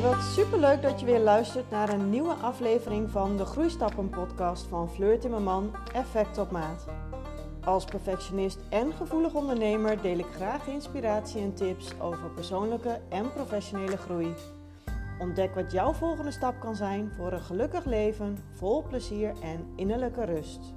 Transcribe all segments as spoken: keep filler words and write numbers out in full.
Wat superleuk dat je weer luistert naar een nieuwe aflevering van de Groeistappen podcast van Fleur Timmerman, Effect op Maat. Als perfectionist en gevoelig ondernemer deel ik graag inspiratie en tips over persoonlijke en professionele groei. Ontdek wat jouw volgende stap kan zijn voor een gelukkig leven, vol plezier en innerlijke rust.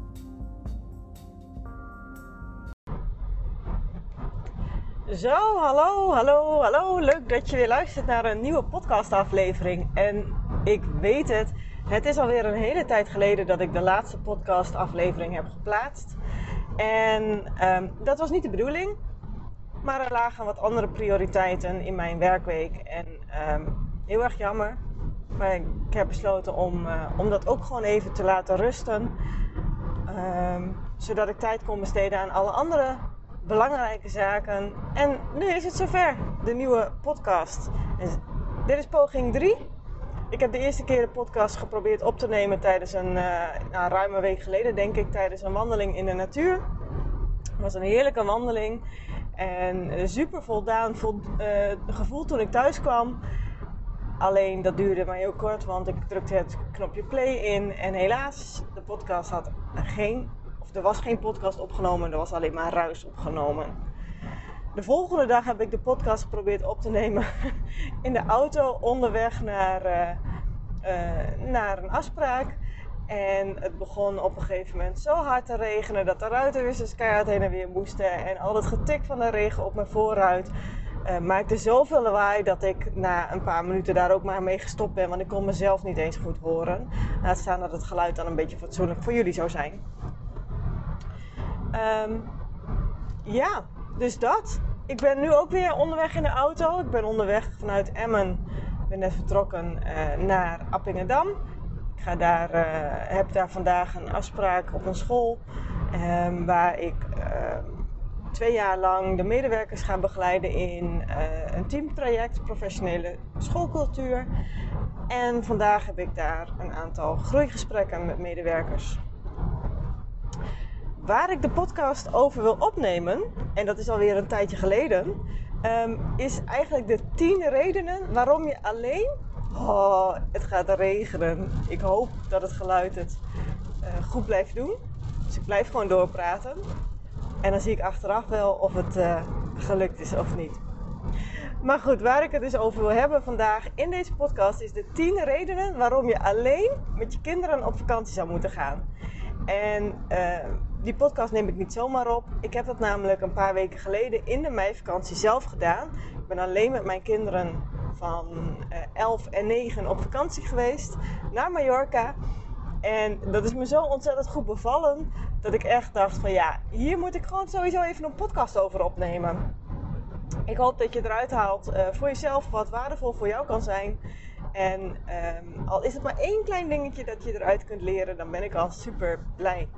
Zo, hallo, hallo, hallo. Leuk dat je weer luistert naar een nieuwe podcastaflevering. En ik weet het, het is alweer een hele tijd geleden dat ik de laatste podcastaflevering heb geplaatst. En um, dat was niet de bedoeling, maar er lagen wat andere prioriteiten in mijn werkweek. En um, heel erg jammer, maar ik heb besloten om, uh, om dat ook gewoon even te laten rusten. Um, zodat ik tijd kon besteden aan alle andere belangrijke zaken. En nu is het zover, de nieuwe podcast. En dit is poging drie. Ik heb de eerste keer de podcast geprobeerd op te nemen tijdens een, uh, nou, ruim een week geleden denk ik, tijdens een wandeling in de natuur. Het was een heerlijke wandeling en super voldaan vol, uh, gevoel toen ik thuis kwam. Alleen dat duurde maar heel kort, want ik drukte het knopje play in en helaas, de podcast had geen, of er was geen podcast opgenomen, er was alleen maar ruis opgenomen. De volgende dag heb ik de podcast geprobeerd op te nemen in de auto onderweg naar, uh, uh, naar een afspraak. En het begon op een gegeven moment zo hard te regenen dat de ruitenwissers keihard heen en weer moesten. En al het getik van de regen op mijn voorruit uh, maakte zoveel lawaai dat ik na een paar minuten daar ook maar mee gestopt ben. Want ik kon mezelf niet eens goed horen. Laat staan dat het geluid dan een beetje fatsoenlijk voor jullie zou zijn. Um, ja, dus dat. Ik ben nu ook weer onderweg in de auto. Ik ben onderweg vanuit Emmen. Ik ben net vertrokken uh, naar Appingedam. Ik ga daar, uh, heb daar vandaag een afspraak op een school. Um, waar ik uh, twee jaar lang de medewerkers ga begeleiden in uh, een teamtraject. Professionele schoolcultuur. En vandaag heb ik daar een aantal groeigesprekken met medewerkers. Waar ik de podcast over wil opnemen, en dat is alweer een tijdje geleden, um, is eigenlijk de tien redenen waarom je alleen... Oh, het gaat regenen. Ik hoop dat het geluid het uh, goed blijft doen. Dus ik blijf gewoon doorpraten. En dan zie ik achteraf wel of het uh, gelukt is of niet. Maar goed, waar ik het dus over wil hebben vandaag in deze podcast is de tien redenen waarom je alleen met je kinderen op vakantie zou moeten gaan. En uh, die podcast neem ik niet zomaar op. Ik heb dat namelijk een paar weken geleden in de meivakantie zelf gedaan. Ik ben alleen met mijn kinderen van uh, elf en negen op vakantie geweest naar Mallorca. En dat is me zo ontzettend goed bevallen dat ik echt dacht van ja, hier moet ik gewoon sowieso even een podcast over opnemen. Ik hoop dat je eruit haalt uh, voor jezelf wat waardevol voor jou kan zijn. En um, al is het maar één klein dingetje dat je eruit kunt leren, dan ben ik al super blij.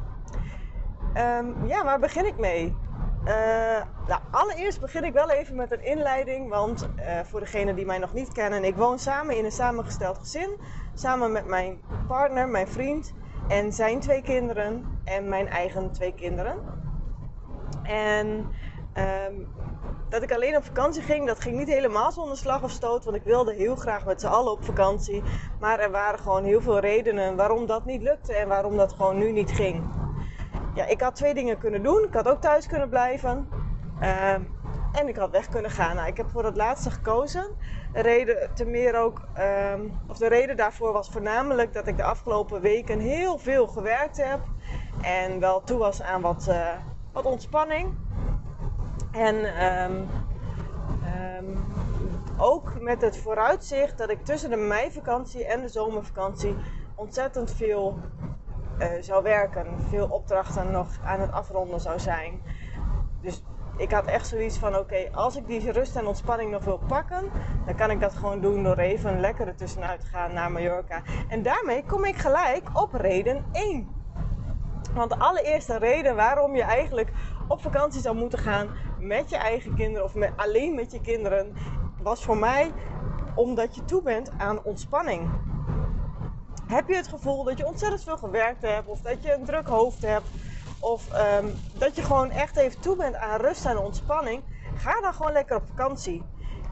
Um, ja, waar begin ik mee? Uh, nou, allereerst begin ik wel even met een inleiding, want uh, voor degenen die mij nog niet kennen, ik woon samen in een samengesteld gezin, samen met mijn partner, mijn vriend en zijn twee kinderen en mijn eigen twee kinderen. En um, dat ik alleen op vakantie ging, dat ging niet helemaal zonder slag of stoot, want ik wilde heel graag met z'n allen op vakantie. Maar er waren gewoon heel veel redenen waarom dat niet lukte en waarom dat gewoon nu niet ging. Ja, ik had twee dingen kunnen doen. Ik had ook thuis kunnen blijven. Uh, en ik had weg kunnen gaan. Nou, ik heb voor het laatste gekozen. De reden, te meer ook, uh, of de reden daarvoor was voornamelijk dat ik de afgelopen weken heel veel gewerkt heb. En wel toe was aan wat, uh, wat ontspanning. En um, um, ook met het vooruitzicht dat ik tussen de meivakantie en de zomervakantie ontzettend veel uh, zou werken. Veel opdrachten nog aan het afronden zou zijn. Dus ik had echt zoiets van oké, okay, als ik die rust en ontspanning nog wil pakken, dan kan ik dat gewoon doen door even lekker er tussenuit te gaan naar Mallorca. En daarmee kom ik gelijk op reden één. Want de allereerste reden waarom je eigenlijk op vakantie zou moeten gaan met je eigen kinderen of met, alleen met je kinderen, was voor mij omdat je toe bent aan ontspanning. Heb je het gevoel dat je ontzettend veel gewerkt hebt of dat je een druk hoofd hebt of um, dat je gewoon echt even toe bent aan rust en ontspanning, ga dan gewoon lekker op vakantie.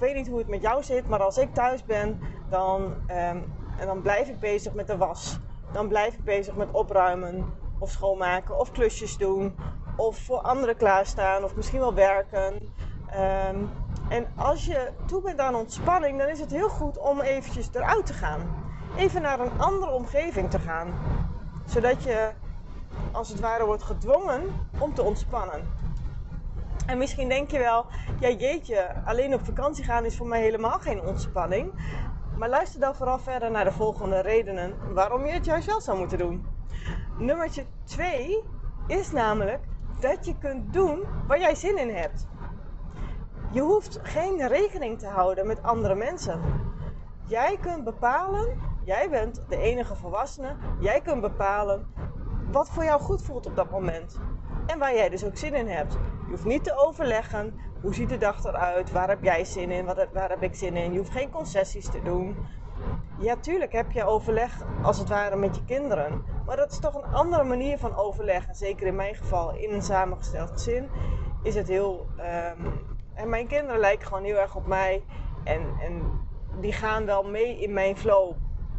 weet niet hoe het met jou zit, maar als ik thuis ben, dan, um, en dan blijf ik bezig met de was. Dan blijf ik bezig met opruimen of schoonmaken of klusjes doen. Of voor anderen klaarstaan of misschien wel werken. Um, en als je toe bent aan ontspanning, dan is het heel goed om eventjes eruit te gaan. Even naar een andere omgeving te gaan. Zodat je als het ware wordt gedwongen om te ontspannen. En misschien denk je wel, ja jeetje, alleen op vakantie gaan is voor mij helemaal geen ontspanning. Maar luister dan vooral verder naar de volgende redenen waarom je het juist wel zou moeten doen. Nummertje twee is namelijk dat je kunt doen waar jij zin in hebt. Je hoeft geen rekening te houden met andere mensen. Jij kunt bepalen, jij bent de enige volwassene, jij kunt bepalen wat voor jou goed voelt op dat moment. En waar jij dus ook zin in hebt. Je hoeft niet te overleggen, hoe ziet de dag eruit, waar heb jij zin in, waar heb ik zin in. Je hoeft geen concessies te doen. Ja, tuurlijk heb je overleg als het ware met je kinderen. Maar dat is toch een andere manier van overleg. En zeker in mijn geval, in een samengesteld gezin, is het heel... Um, en mijn kinderen lijken gewoon heel erg op mij. En, en die gaan wel mee in mijn flow.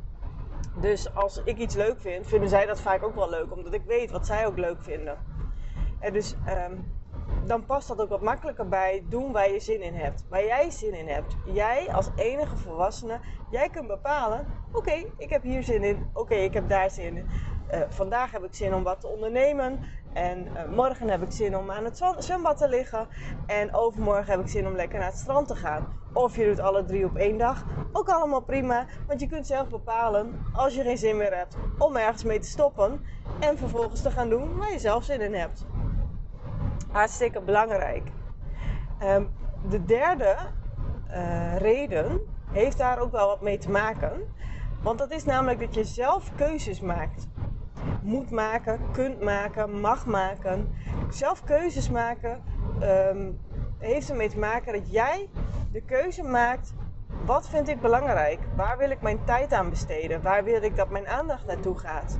Dus als ik iets leuk vind, vinden zij dat vaak ook wel leuk. Omdat ik weet wat zij ook leuk vinden. En dus um, dan past dat ook wat makkelijker bij doen waar je zin in hebt. Waar jij zin in hebt. Jij als enige volwassene, jij kunt bepalen. Oké, okay, ik heb hier zin in. Oké, okay, ik heb daar zin in. Uh, vandaag heb ik zin om wat te ondernemen. En uh, morgen heb ik zin om aan het zwembad te liggen. En overmorgen heb ik zin om lekker naar het strand te gaan. Of je doet alle drie op één dag. Ook allemaal prima. Want je kunt zelf bepalen, als je geen zin meer hebt, om ergens mee te stoppen. En vervolgens te gaan doen waar je zelf zin in hebt. Hartstikke belangrijk. Um, de derde uh, reden heeft daar ook wel wat mee te maken. Want dat is namelijk dat je zelf keuzes maakt. Moet maken, kunt maken, mag maken. Zelf keuzes maken um, heeft ermee te maken dat jij de keuze maakt. Wat vind ik belangrijk? Waar wil ik mijn tijd aan besteden? Waar wil ik dat mijn aandacht naartoe gaat?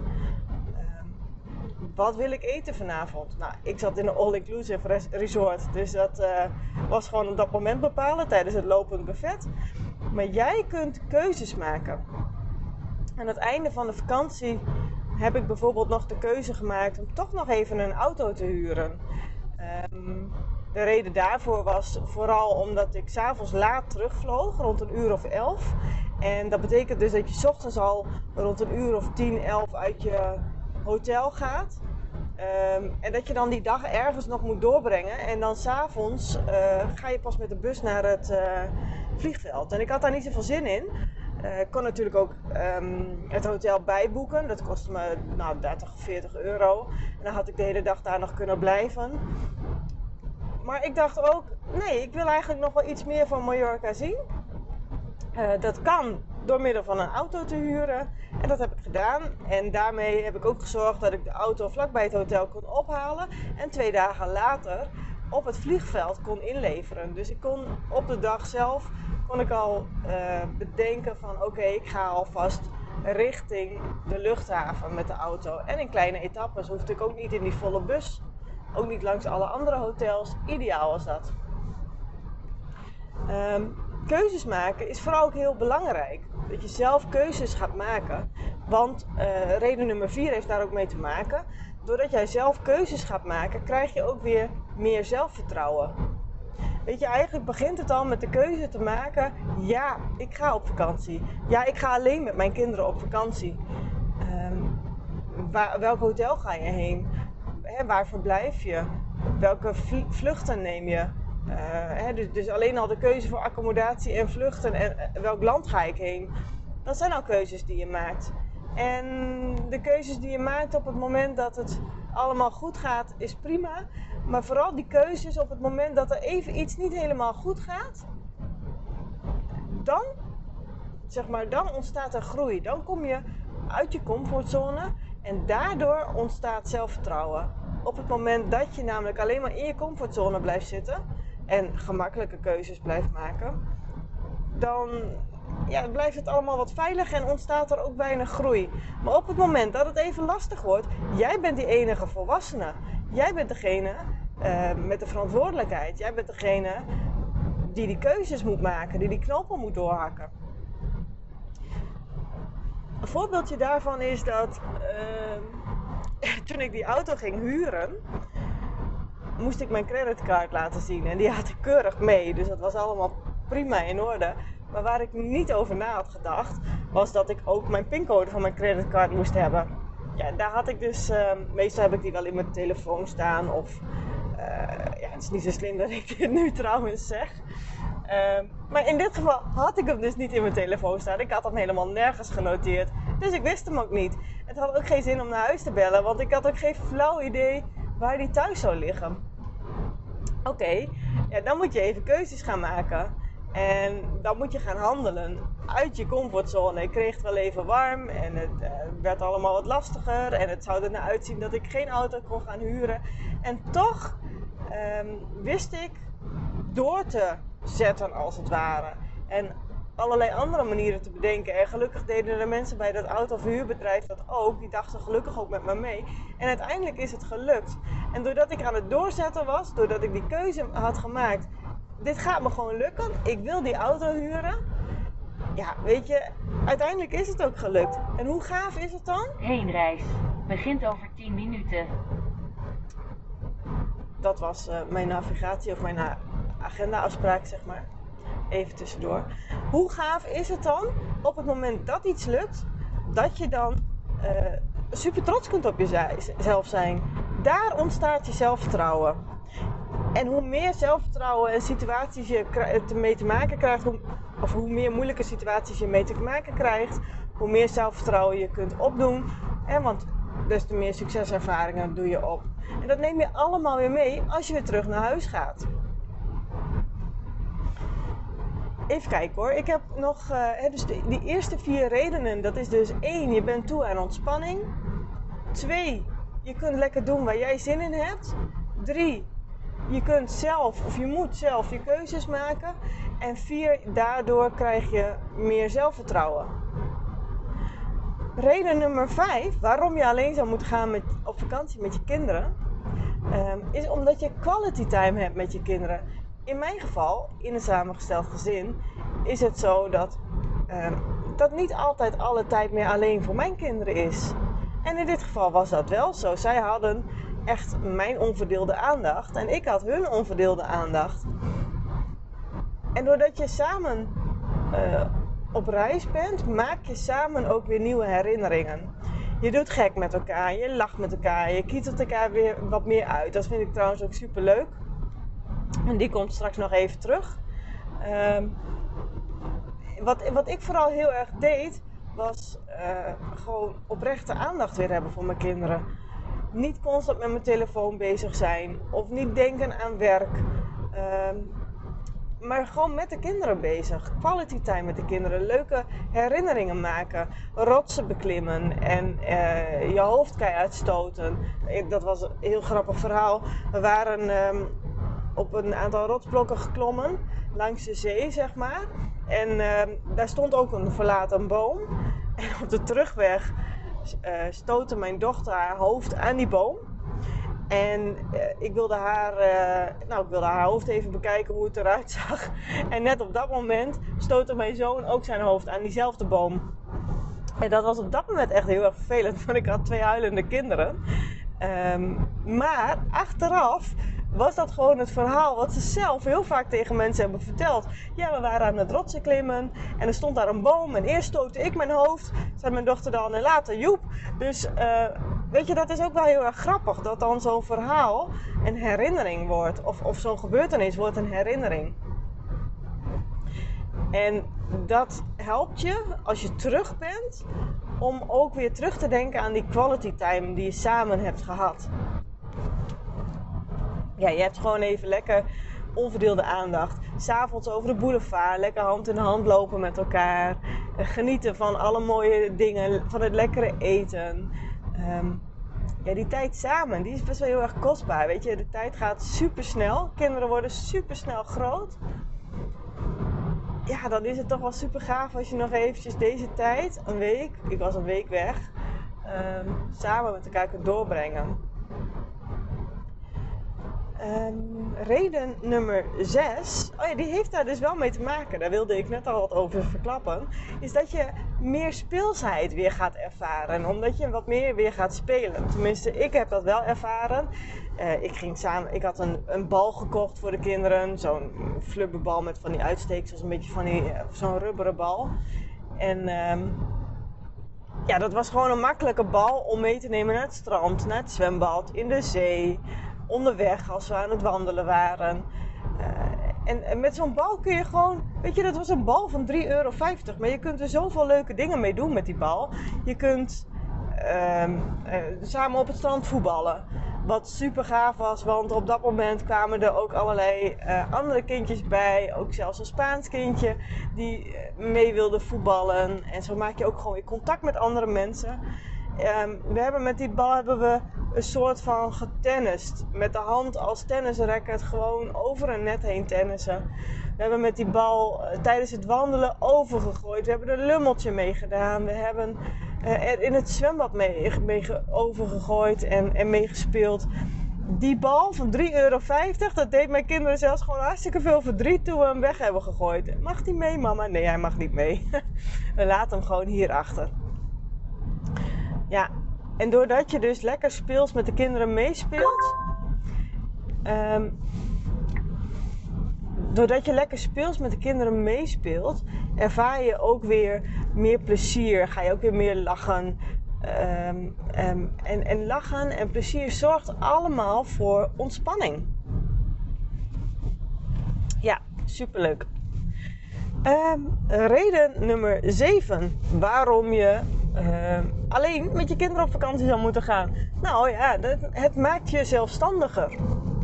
Wat wil ik eten vanavond? Nou, ik zat in een all-inclusive resort. Dus dat uh, was gewoon op dat moment bepalen tijdens het lopend buffet. Maar jij kunt keuzes maken. Aan het einde van de vakantie heb ik bijvoorbeeld nog de keuze gemaakt om toch nog even een auto te huren. Um, de reden daarvoor was vooral omdat ik 's avonds laat terugvloog, rond een uur of elf. En dat betekent dus dat je 's ochtends al rond een uur of tien, elf uit je hotel gaat. Um, en dat je dan die dag ergens nog moet doorbrengen. En dan 's avonds uh, ga je pas met de bus naar het uh, vliegveld. En ik had daar niet zoveel zin in. Uh, ik kon natuurlijk ook um, het hotel bijboeken. Dat kostte me nou, dertig of veertig euro. En dan had ik de hele dag daar nog kunnen blijven. Maar ik dacht ook, nee, ik wil eigenlijk nog wel iets meer van Mallorca zien. Uh, dat kan door middel van een auto te huren. En dat heb ik gedaan. En daarmee heb ik ook gezorgd dat ik de auto vlakbij het hotel kon ophalen. En twee dagen later op het vliegveld kon inleveren. Dus ik kon op de dag zelf kon ik al uh, bedenken van oké, okay, ik ga alvast richting de luchthaven met de auto. En in kleine etappes hoefde ik ook niet in die volle bus. Ook niet langs alle andere hotels. Ideaal was dat. Um, keuzes maken is vooral ook heel belangrijk. Dat je zelf keuzes gaat maken. Want uh, reden nummer vier heeft daar ook mee te maken. Doordat jij zelf keuzes gaat maken, krijg je ook weer meer zelfvertrouwen. Weet je, eigenlijk begint het al met de keuze te maken. Ja, ik ga op vakantie. Ja, ik ga alleen met mijn kinderen op vakantie. Um, waar, welk hotel ga je heen? He, waar verblijf je? Welke vluchten neem je? Uh, he, dus, dus alleen al de keuze voor accommodatie en vluchten en uh, welk land ga ik heen? Dat zijn al keuzes die je maakt. En de keuzes die je maakt op het moment dat het allemaal goed gaat, is prima. Maar vooral die keuzes op het moment dat er even iets niet helemaal goed gaat, dan, zeg maar, dan ontstaat er groei. Dan kom je uit je comfortzone en daardoor ontstaat zelfvertrouwen. Op het moment dat je namelijk alleen maar in je comfortzone blijft zitten en gemakkelijke keuzes blijft maken, dan ja, blijft het allemaal wat veilig en ontstaat er ook weinig groei. Maar op het moment dat het even lastig wordt, jij bent die enige volwassene. Jij bent degene uh, met de verantwoordelijkheid. Jij bent degene die die keuzes moet maken, die die knopen moet doorhakken. Een voorbeeldje daarvan is dat uh, toen ik die auto ging huren, moest ik mijn creditcard laten zien. En die had ik keurig mee, dus dat was allemaal prima in orde. Maar waar ik niet over na had gedacht, was dat ik ook mijn pincode van mijn creditcard moest hebben. Ja, daar had ik dus, uh, meestal heb ik die wel in mijn telefoon staan. Of, uh, ja, het is niet zo slim dat ik dit nu trouwens zeg. Uh, maar in dit geval had ik hem dus niet in mijn telefoon staan. Ik had hem helemaal nergens genoteerd. Dus ik wist hem ook niet. Het had ook geen zin om naar huis te bellen, want ik had ook geen flauw idee waar die thuis zou liggen. Oké, okay, ja, dan moet je even keuzes gaan maken. En dan moet je gaan handelen uit je comfortzone. Ik kreeg het wel even warm en het uh, werd allemaal wat lastiger. En het zou er naar uitzien dat ik geen auto kon gaan huren. En toch um, wist ik door te zetten als het ware. En allerlei andere manieren te bedenken. En gelukkig deden de mensen bij dat autoverhuurbedrijf dat ook. Die dachten gelukkig ook met me mee. En uiteindelijk is het gelukt. En doordat ik aan het doorzetten was, doordat ik die keuze had gemaakt, dit gaat me gewoon lukken, ik wil die auto huren. Ja, weet je, uiteindelijk is het ook gelukt. En hoe gaaf is het dan? Heenreis begint over tien minuten. Dat was uh, mijn navigatie of mijn uh, agenda-afspraak, zeg maar. Even tussendoor. Hoe gaaf is het dan op het moment dat iets lukt, dat je dan uh, super trots kunt op jezelf zijn. Daar ontstaat je zelfvertrouwen. En hoe meer zelfvertrouwen en situaties je mee te maken krijgt, of hoe meer moeilijke situaties je mee te maken krijgt, hoe meer zelfvertrouwen je kunt opdoen. En want des te meer succeservaringen doe je op. En dat neem je allemaal weer mee als je weer terug naar huis gaat. Even kijken hoor, ik heb nog, uh, dus de, die eerste vier redenen, dat is dus één, je bent toe aan ontspanning. Twee, je kunt lekker doen waar jij zin in hebt. Drie, je kunt zelf of je moet zelf je keuzes maken. En vier, daardoor krijg je meer zelfvertrouwen. Reden nummer vijf, waarom je alleen zou moeten gaan met, op vakantie met je kinderen, um, is omdat je quality time hebt met je kinderen. In mijn geval, in een samengesteld gezin, is het zo dat, um, dat niet altijd alle tijd meer alleen voor mijn kinderen is. En in dit geval was dat wel zo. Zij hadden echt mijn onverdeelde aandacht en ik had hun onverdeelde aandacht. En doordat je samen uh, op reis bent, maak je samen ook weer nieuwe herinneringen. Je doet gek met elkaar, je lacht met elkaar, je kietelt elkaar weer wat meer uit. Dat vind ik trouwens ook super leuk. En die komt straks nog even terug. Um, wat, wat ik vooral heel erg deed, was uh, gewoon oprechte aandacht weer hebben voor mijn kinderen. Niet constant met mijn telefoon bezig zijn of niet denken aan werk. Um, maar gewoon met de kinderen bezig. Quality time met de kinderen. Leuke herinneringen maken. Rotsen beklimmen en uh, je hoofd keihard stoten. Dat was een heel grappig verhaal. We waren um, op een aantal rotsblokken geklommen. Langs de zee, zeg maar. En uh, daar stond ook een verlaten boom. En op de terugweg uh, stootte mijn dochter haar hoofd aan die boom. En uh, ik, wilde haar, uh, nou, ik wilde haar hoofd even bekijken hoe het eruit zag. En net op dat moment stootte mijn zoon ook zijn hoofd aan diezelfde boom. En dat was op dat moment echt heel erg vervelend, want ik had twee huilende kinderen. Um, maar achteraf was dat gewoon het verhaal wat ze zelf heel vaak tegen mensen hebben verteld. Ja, we waren aan het rotsen klimmen en er stond daar een boom en eerst stootte ik mijn hoofd, zei mijn dochter dan en later Joep. Dus uh, weet je, dat is ook wel heel erg grappig dat dan zo'n verhaal een herinnering wordt. Of, of zo'n gebeurtenis wordt een herinnering. En dat helpt je als je terug bent om ook weer terug te denken aan die quality time die je samen hebt gehad. Ja, je hebt gewoon even lekker onverdeelde aandacht. 'S Avonds over de boulevard, lekker hand in hand lopen met elkaar. Genieten van alle mooie dingen, van het lekkere eten. Um, ja, die tijd samen, die is best wel heel erg kostbaar. Weet je, de tijd gaat super snel. Kinderen worden super snel groot. Ja, dan is het toch wel super gaaf als je nog eventjes deze tijd, een week, ik was een week weg, um, samen met elkaar kunt doorbrengen. Um, reden nummer zes, oh ja, die heeft daar dus wel mee te maken, daar wilde ik net al wat over verklappen, is dat je meer speelsheid weer gaat ervaren, omdat je wat meer weer gaat spelen. Tenminste, ik heb dat wel ervaren. Uh, ik, ging samen, ik had een, een bal gekocht voor de kinderen, zo'n flubberbal met van die uitsteeksels, een beetje van die, uh, zo'n rubberen bal. En um, ja, dat was gewoon een makkelijke bal om mee te nemen naar het strand, naar het zwembad, in de zee, onderweg als we aan het wandelen waren. Uh, en, en met zo'n bal kun je gewoon, weet je, dat was een bal van drie euro vijftig, maar je kunt er zoveel leuke dingen mee doen met die bal. Je kunt uh, uh, samen op het strand voetballen, wat super gaaf was, want op dat moment kwamen er ook allerlei uh, andere kindjes bij, ook zelfs een Spaans kindje die mee wilde voetballen. En zo maak je ook gewoon weer contact met andere mensen. Um, we hebben met die bal hebben we een soort van getennist. Met de hand als tennisracket gewoon over een net heen tennissen. We hebben met die bal uh, tijdens het wandelen overgegooid. We hebben er een lummeltje mee gedaan. We hebben uh, er in het zwembad mee, mee overgegooid en, en meegespeeld. Die bal van drie euro vijftig, dat deed mijn kinderen zelfs gewoon hartstikke veel verdriet toen we hem weg hebben gegooid. Mag die mee, mama? Nee, hij mag niet mee. We laten hem gewoon hierachter. Ja, en doordat je dus lekker speels met de kinderen meespeelt, um, doordat je lekker speels met de kinderen meespeelt, ervaar je ook weer meer plezier, ga je ook weer meer lachen. Um, um, en, en lachen en plezier zorgt allemaal voor ontspanning. Ja, superleuk. Um, reden nummer zeven waarom je uh, alleen met je kinderen op vakantie zou moeten gaan. Nou ja, dat, het maakt je zelfstandiger.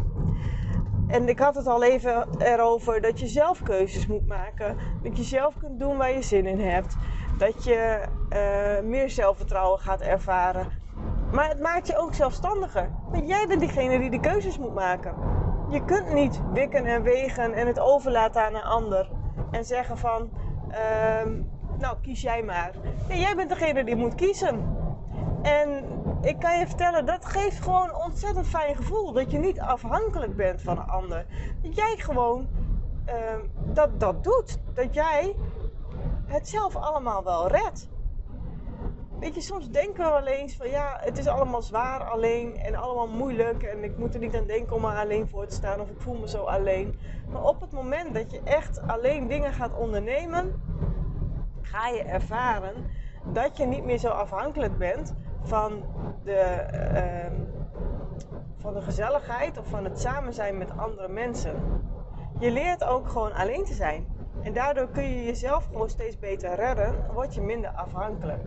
En ik had het al even erover dat je zelf keuzes moet maken. Dat je zelf kunt doen waar je zin in hebt. Dat je uh, meer zelfvertrouwen gaat ervaren. Maar het maakt je ook zelfstandiger. Want jij bent diegene die de keuzes moet maken. Je kunt niet wikken en wegen en het overlaten aan een ander. En zeggen van, uh, nou kies jij maar. Nee, jij bent degene die moet kiezen. En ik kan je vertellen, dat geeft gewoon een ontzettend fijn gevoel. Dat je niet afhankelijk bent van een ander. Dat jij gewoon uh, dat, dat doet. Dat jij het zelf allemaal wel redt. Weet je, soms denken we wel eens van ja, het is allemaal zwaar alleen en allemaal moeilijk. En ik moet er niet aan denken om er alleen voor te staan of ik voel me zo alleen. Maar op het moment dat je echt alleen dingen gaat ondernemen, ga je ervaren dat je niet meer zo afhankelijk bent van de, uh, van de gezelligheid of van het samen zijn met andere mensen. Je leert ook gewoon alleen te zijn. En daardoor kun je jezelf gewoon steeds beter redden, word je minder afhankelijk.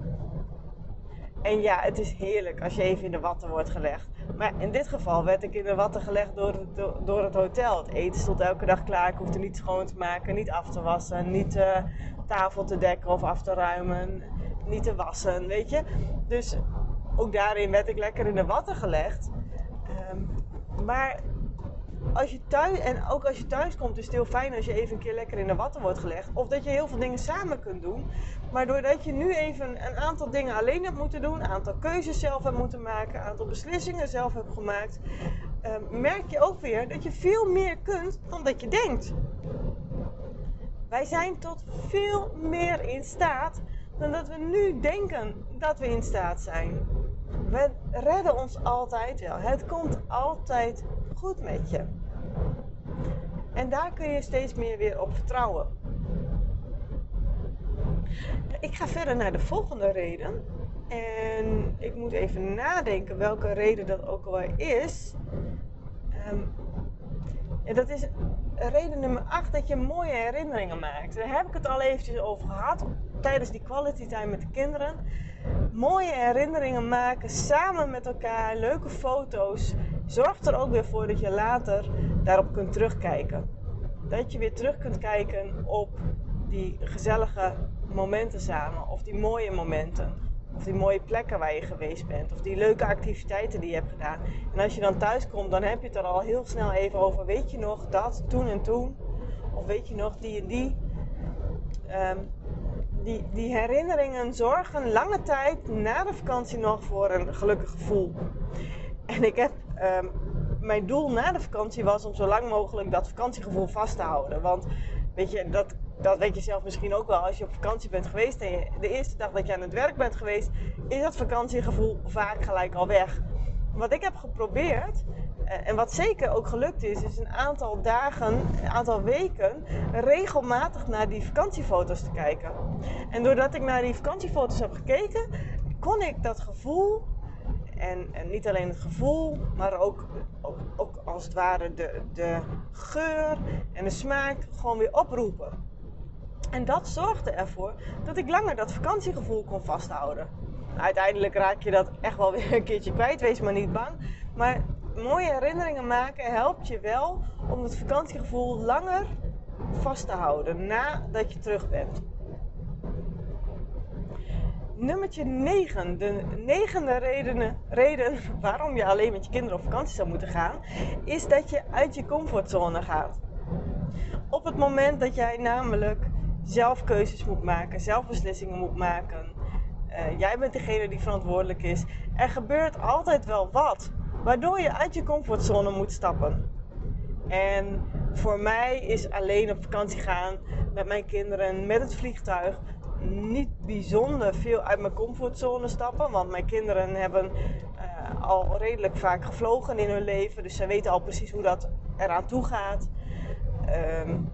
En ja, het is heerlijk als je even in de watten wordt gelegd. Maar in dit geval werd ik in de watten gelegd door het, door het hotel. Het eten stond elke dag klaar. Ik hoefde niet schoon te maken, niet af te wassen, niet uh, tafel te dekken of af te ruimen, niet te wassen, weet je. Dus ook daarin werd ik lekker in de watten gelegd. Um, maar als je thuis, en ook als je thuis komt is het heel fijn als je even een keer lekker in de watten wordt gelegd. Of dat je heel veel dingen samen kunt doen. Maar doordat je nu even een aantal dingen alleen hebt moeten doen, een aantal keuzes zelf hebt moeten maken, een aantal beslissingen zelf hebt gemaakt, uh, merk je ook weer dat je veel meer kunt dan dat je denkt. Wij zijn tot veel meer in staat dan dat we nu denken dat we in staat zijn. We redden ons altijd wel. Het komt altijd goed met je. En daar kun je steeds meer weer op vertrouwen. Ik ga verder naar de volgende reden. En ik moet even nadenken welke reden dat ook alweer is. Um, en dat is reden nummer acht, dat je mooie herinneringen maakt. Daar heb ik het al eventjes over gehad tijdens die quality time met de kinderen. Mooie herinneringen maken, samen met elkaar, leuke foto's. Zorgt er ook weer voor dat je later daarop kunt terugkijken. Dat je weer terug kunt kijken op die gezellige momenten samen. Of die mooie momenten. Of die mooie plekken waar je geweest bent. Of die leuke activiteiten die je hebt gedaan. En als je dan thuis komt, dan heb je het er al heel snel even over. Weet je nog dat, toen en toen? Of weet je nog die en die? Um, die, die herinneringen zorgen lange tijd na de vakantie nog voor een gelukkig gevoel. En ik heb um, mijn doel na de vakantie was om zo lang mogelijk dat vakantiegevoel vast te houden. Want weet je, dat, dat weet je zelf misschien ook wel. Als je op vakantie bent geweest en je, de eerste dag dat je aan het werk bent geweest, is dat vakantiegevoel vaak gelijk al weg. Wat ik heb geprobeerd, en wat zeker ook gelukt is, is een aantal dagen, een aantal weken regelmatig naar die vakantiefoto's te kijken. En doordat ik naar die vakantiefoto's heb gekeken, kon ik dat gevoel, en, en niet alleen het gevoel, maar ook, ook, ook als het ware de, de geur en de smaak gewoon weer oproepen. En dat zorgde ervoor dat ik langer dat vakantiegevoel kon vasthouden. Uiteindelijk raak je dat echt wel weer een keertje kwijt, wees maar niet bang. Maar mooie herinneringen maken helpt je wel om het vakantiegevoel langer vast te houden nadat je terug bent. Nummertje negen. De negende reden, reden waarom je alleen met je kinderen op vakantie zou moeten gaan, is dat je uit je comfortzone gaat. Op het moment dat jij namelijk zelf keuzes moet maken, zelf beslissingen moet maken. Uh, jij bent degene die verantwoordelijk is. Er gebeurt altijd wel wat, waardoor je uit je comfortzone moet stappen. En voor mij is alleen op vakantie gaan met mijn kinderen, met het vliegtuig, niet bijzonder veel uit mijn comfortzone stappen. Want mijn kinderen hebben uh, al redelijk vaak gevlogen in hun leven. Dus ze weten al precies hoe dat eraan toe gaat. Um,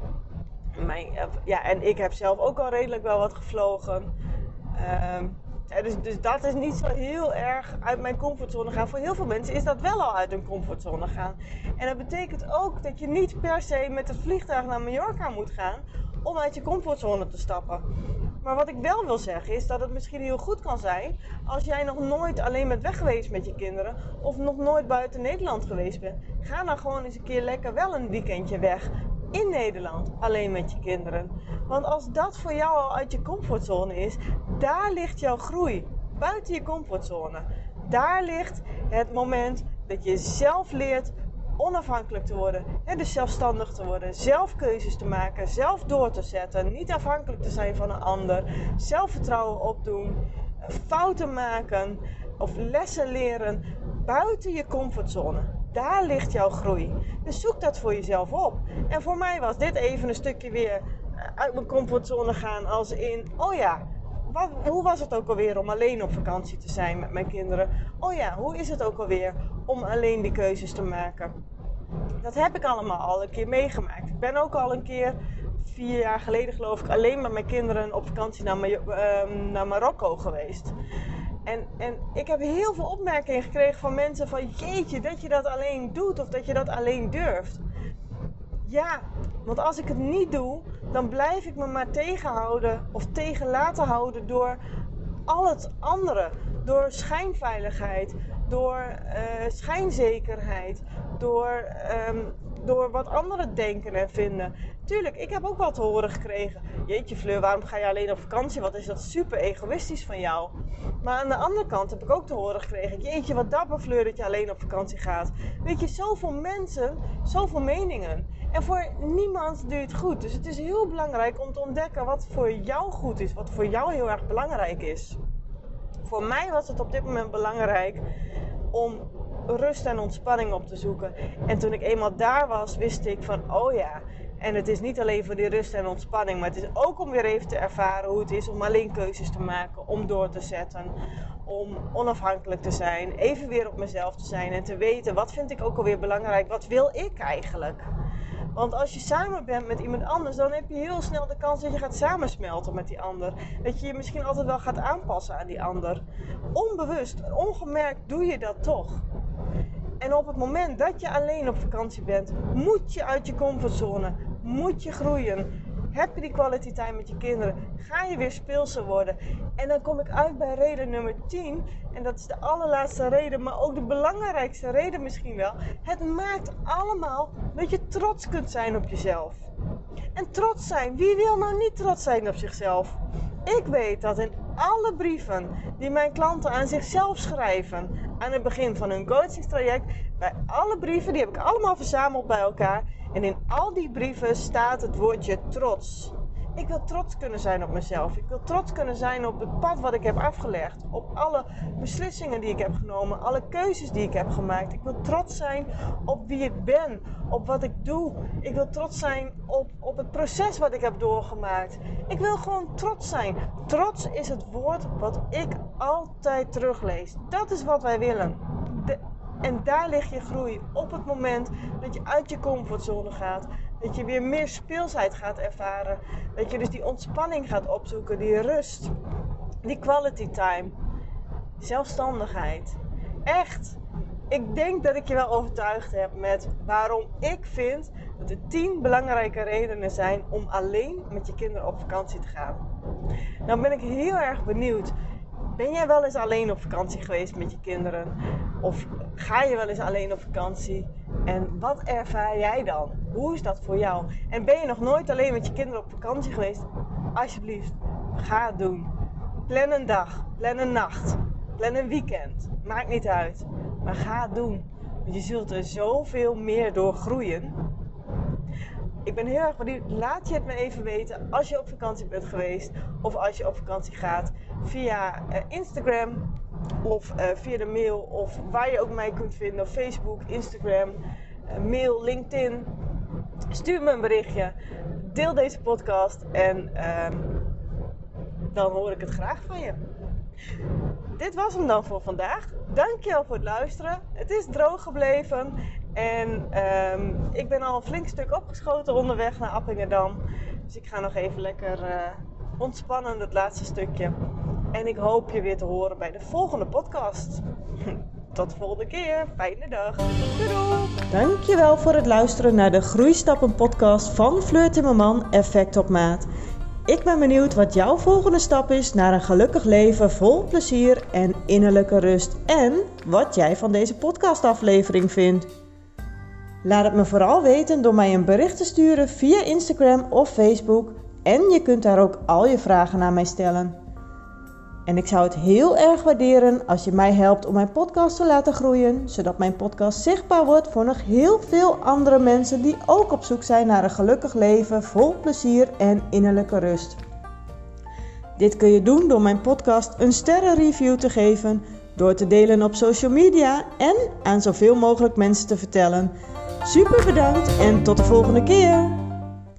mijn, ja, en ik heb zelf ook al redelijk wel wat gevlogen. Um, ja, dus, dus dat is niet zo heel erg uit mijn comfortzone gaan. Voor heel veel mensen is dat wel al uit hun comfortzone gaan. En dat betekent ook dat je niet per se met het vliegtuig naar Mallorca moet gaan om uit je comfortzone te stappen. Maar wat ik wel wil zeggen is dat het misschien heel goed kan zijn als jij nog nooit alleen bent weg geweest met je kinderen of nog nooit buiten Nederland geweest bent. Ga dan gewoon eens een keer lekker wel een weekendje weg in Nederland alleen met je kinderen. Want als dat voor jou al uit je comfortzone is, daar ligt jouw groei. Buiten je comfortzone. Daar ligt het moment dat je zelf leert onafhankelijk te worden, hè, dus zelfstandig te worden, zelf keuzes te maken, zelf door te zetten, niet afhankelijk te zijn van een ander, zelfvertrouwen opdoen, fouten maken of lessen leren buiten je comfortzone. Daar ligt jouw groei. Dus zoek dat voor jezelf op. En voor mij was dit even een stukje weer uit mijn comfortzone gaan als in, oh ja, Wat, hoe was het ook alweer om alleen op vakantie te zijn met mijn kinderen? Oh ja, hoe is het ook alweer om alleen die keuzes te maken? Dat heb ik allemaal al een keer meegemaakt. Ik ben ook al een keer, vier jaar geleden geloof ik, alleen met mijn kinderen op vakantie naar, Mar- uh, naar Marokko geweest. En, en ik heb heel veel opmerkingen gekregen van mensen van, jeetje, dat je dat alleen doet of dat je dat alleen durft. Ja, want als ik het niet doe, dan blijf ik me maar tegenhouden of tegen laten houden door al het andere. Door schijnveiligheid, door uh, schijnzekerheid, door, um, door wat anderen denken en vinden. Tuurlijk, ik heb ook wel te horen gekregen. Jeetje Fleur, waarom ga je alleen op vakantie? Wat is dat super egoïstisch van jou? Maar aan de andere kant heb ik ook te horen gekregen. Jeetje, wat dapper Fleur dat je alleen op vakantie gaat. Weet je, zoveel mensen, zoveel meningen. En voor niemand doe je het goed. Dus het is heel belangrijk om te ontdekken wat voor jou goed is. Wat voor jou heel erg belangrijk is. Voor mij was het op dit moment belangrijk om rust en ontspanning op te zoeken. En toen ik eenmaal daar was, wist ik van, oh ja. En het is niet alleen voor die rust en ontspanning, maar het is ook om weer even te ervaren hoe het is om alleen keuzes te maken, om door te zetten, om onafhankelijk te zijn, even weer op mezelf te zijn en te weten, wat vind ik ook alweer belangrijk, wat wil ik eigenlijk? Want als je samen bent met iemand anders, dan heb je heel snel de kans dat je gaat samensmelten met die ander. Dat je je misschien altijd wel gaat aanpassen aan die ander. Onbewust, ongemerkt doe je dat toch. En op het moment dat je alleen op vakantie bent, moet je uit je comfortzone, moet je groeien. Heb je die quality time met je kinderen, ga je weer speelser worden. En dan kom ik uit bij reden nummer tien. En dat is de allerlaatste reden, maar ook de belangrijkste reden misschien wel. Het maakt allemaal dat je trots kunt zijn op jezelf. En trots zijn, wie wil nou niet trots zijn op zichzelf? Ik weet dat in alle brieven die mijn klanten aan zichzelf schrijven aan het begin van hun coachingstraject, bij alle brieven, die heb ik allemaal verzameld bij elkaar. En in al die brieven staat het woordje trots. Ik wil trots kunnen zijn op mezelf. Ik wil trots kunnen zijn op het pad wat ik heb afgelegd. Op alle beslissingen die ik heb genomen. Alle keuzes die ik heb gemaakt. Ik wil trots zijn op wie ik ben. Op wat ik doe. Ik wil trots zijn op, op het proces wat ik heb doorgemaakt. Ik wil gewoon trots zijn. Trots is het woord wat ik altijd teruglees. Dat is wat wij willen. De, en daar ligt je groei. Op het moment dat je uit je comfortzone gaat. Dat je weer meer speelsheid gaat ervaren. Dat je dus die ontspanning gaat opzoeken. Die rust. Die quality time. Zelfstandigheid. Echt. Ik denk dat ik je wel overtuigd heb met waarom ik vind dat er tien belangrijke redenen zijn om alleen met je kinderen op vakantie te gaan. Nou ben ik heel erg benieuwd. Ben jij wel eens alleen op vakantie geweest met je kinderen? Of ga je wel eens alleen op vakantie? En wat ervaar jij dan? Hoe is dat voor jou? En ben je nog nooit alleen met je kinderen op vakantie geweest? Alsjeblieft, ga het doen. Plan een dag, plan een nacht, plan een weekend. Maakt niet uit. Maar ga het doen. Want je zult er zoveel meer door groeien. Ik ben heel erg benieuwd. Laat je het me even weten als je op vakantie bent geweest. Of als je op vakantie gaat. Via uh, Instagram. Of uh, via de mail. Of waar je ook mij kunt vinden. Op Facebook, Instagram, uh, mail, LinkedIn. Stuur me een berichtje. Deel deze podcast. En uh, dan hoor ik het graag van je. Dit was hem dan voor vandaag. Dankjewel voor het luisteren. Het is droog gebleven. En um, ik ben al een flink stuk opgeschoten onderweg naar Appingedam. Dus ik ga nog even lekker uh, ontspannen het laatste stukje. En ik hoop je weer te horen bij de volgende podcast. Tot de volgende keer. Fijne dag. Doei doei. Dankjewel voor het luisteren naar de Groeistappen podcast van Fleur Timmerman Effect op Maat. Ik ben benieuwd wat jouw volgende stap is naar een gelukkig leven vol plezier en innerlijke rust. En wat jij van deze podcastaflevering vindt. Laat het me vooral weten door mij een bericht te sturen via Instagram of Facebook. En je kunt daar ook al je vragen aan mij stellen. En ik zou het heel erg waarderen als je mij helpt om mijn podcast te laten groeien. Zodat mijn podcast zichtbaar wordt voor nog heel veel andere mensen die ook op zoek zijn naar een gelukkig leven vol plezier en innerlijke rust. Dit kun je doen door mijn podcast een sterrenreview te geven, door te delen op social media en aan zoveel mogelijk mensen te vertellen. Super bedankt en tot de volgende keer!